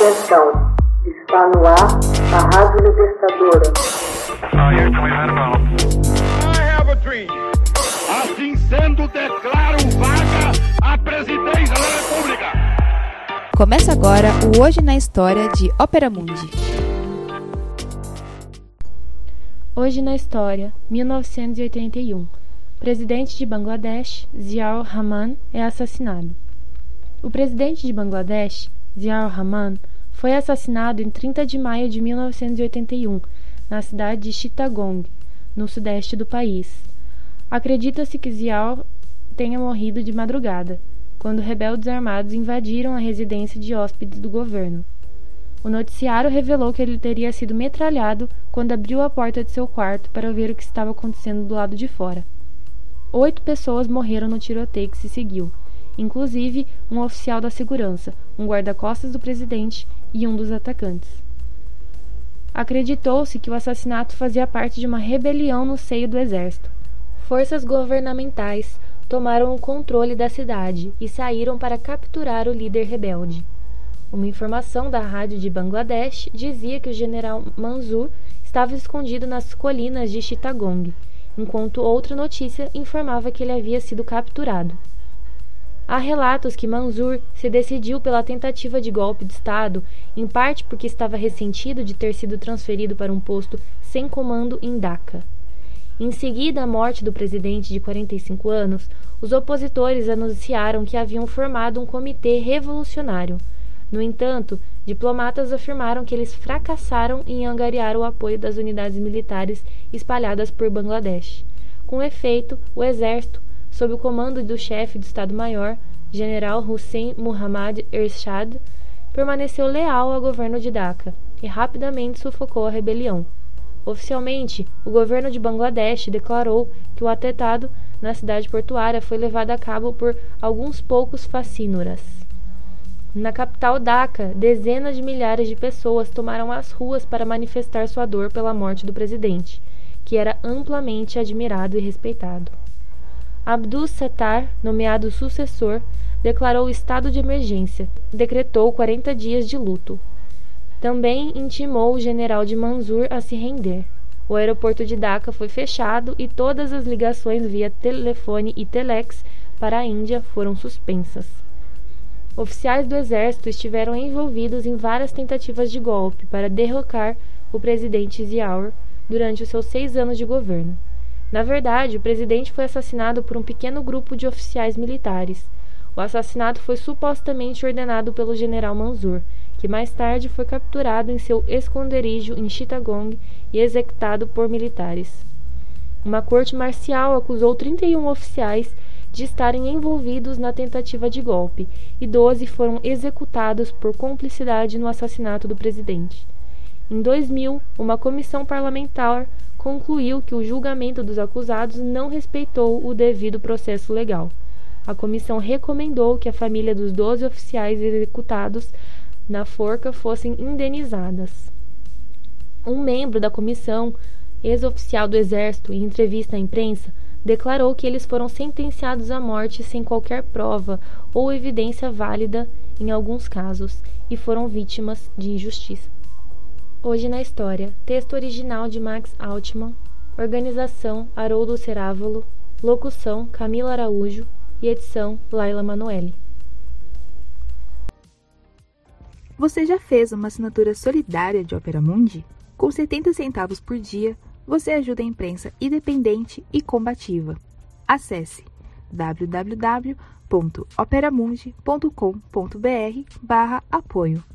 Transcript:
Atenção, está no ar a Rádio Libertadora. Assim sendo, declaro vaga a presidência da República. Começa agora o Hoje na História de Ópera Mundi. Hoje na História, 1981. Presidente de Bangladesh, Ziaur Rahman, é assassinado. O presidente de Bangladesh, Ziaur Rahman, foi assassinado em 30 de maio de 1981, na cidade de Chittagong, no sudeste do país. Acredita-se que Ziaur tenha morrido de madrugada, quando rebeldes armados invadiram a residência de hóspedes do governo. O noticiário revelou que ele teria sido metralhado quando abriu a porta de seu quarto para ver o que estava acontecendo do lado de fora. 8 pessoas morreram no tiroteio que se seguiu, inclusive um oficial da segurança, um guarda-costas do presidente e um dos atacantes. Acreditou-se que o assassinato fazia parte de uma rebelião no seio do exército. Forças governamentais tomaram o controle da cidade e saíram para capturar o líder rebelde. Uma informação da rádio de Bangladesh dizia que o general Manzoor estava escondido nas colinas de Chittagong, enquanto outra notícia informava que ele havia sido capturado. Há relatos que Manzoor se decidiu pela tentativa de golpe de Estado, em parte porque estava ressentido de ter sido transferido para um posto sem comando em Dhaka. Em seguida à morte do presidente de 45 anos, os opositores anunciaram que haviam formado um comitê revolucionário. No entanto, diplomatas afirmaram que eles fracassaram em angariar o apoio das unidades militares espalhadas por Bangladesh. Com efeito, o exército, sob o comando do chefe do Estado-Maior, general Hussein Muhammad Ershad, permaneceu leal ao governo de Dhaka e rapidamente sufocou a rebelião. Oficialmente, o governo de Bangladesh declarou que o atentado na cidade portuária foi levado a cabo por alguns poucos facínoras. Na capital Dhaka, dezenas de milhares de pessoas tomaram as ruas para manifestar sua dor pela morte do presidente, que era amplamente admirado e respeitado. Abdul Sattar, nomeado sucessor, declarou estado de emergência, decretou 40 dias de luto. Também intimou o general de Manzoor a se render. O aeroporto de Dhaka foi fechado e todas as ligações via telefone e telex para a Índia foram suspensas. Oficiais do exército estiveram envolvidos em várias tentativas de golpe para derrocar o presidente Ziaur durante os seus 6 anos de governo. Na verdade, o presidente foi assassinado por um pequeno grupo de oficiais militares. O assassinato foi supostamente ordenado pelo general Manzoor, que mais tarde foi capturado em seu esconderijo em Chittagong e executado por militares. Uma corte marcial acusou 31 oficiais de estarem envolvidos na tentativa de golpe, e 12 foram executados por cumplicidade no assassinato do presidente. Em 2000, uma comissão parlamentar concluiu que o julgamento dos acusados não respeitou o devido processo legal. A comissão recomendou que a família dos 12 oficiais executados na forca fossem indenizadas. Um membro da comissão, ex-oficial do exército, em entrevista à imprensa, declarou que eles foram sentenciados à morte sem qualquer prova ou evidência válida em alguns casos e foram vítimas de injustiça. Hoje na História, texto original de Max Altman, organização Haroldo Cerávolo, locução Camila Araújo e edição Laila Manoeli. Você já fez uma assinatura solidária de Ópera Mundi? Com 70 centavos por dia, você ajuda a imprensa independente e combativa. Acesse www.operamundi.com.br/apoio.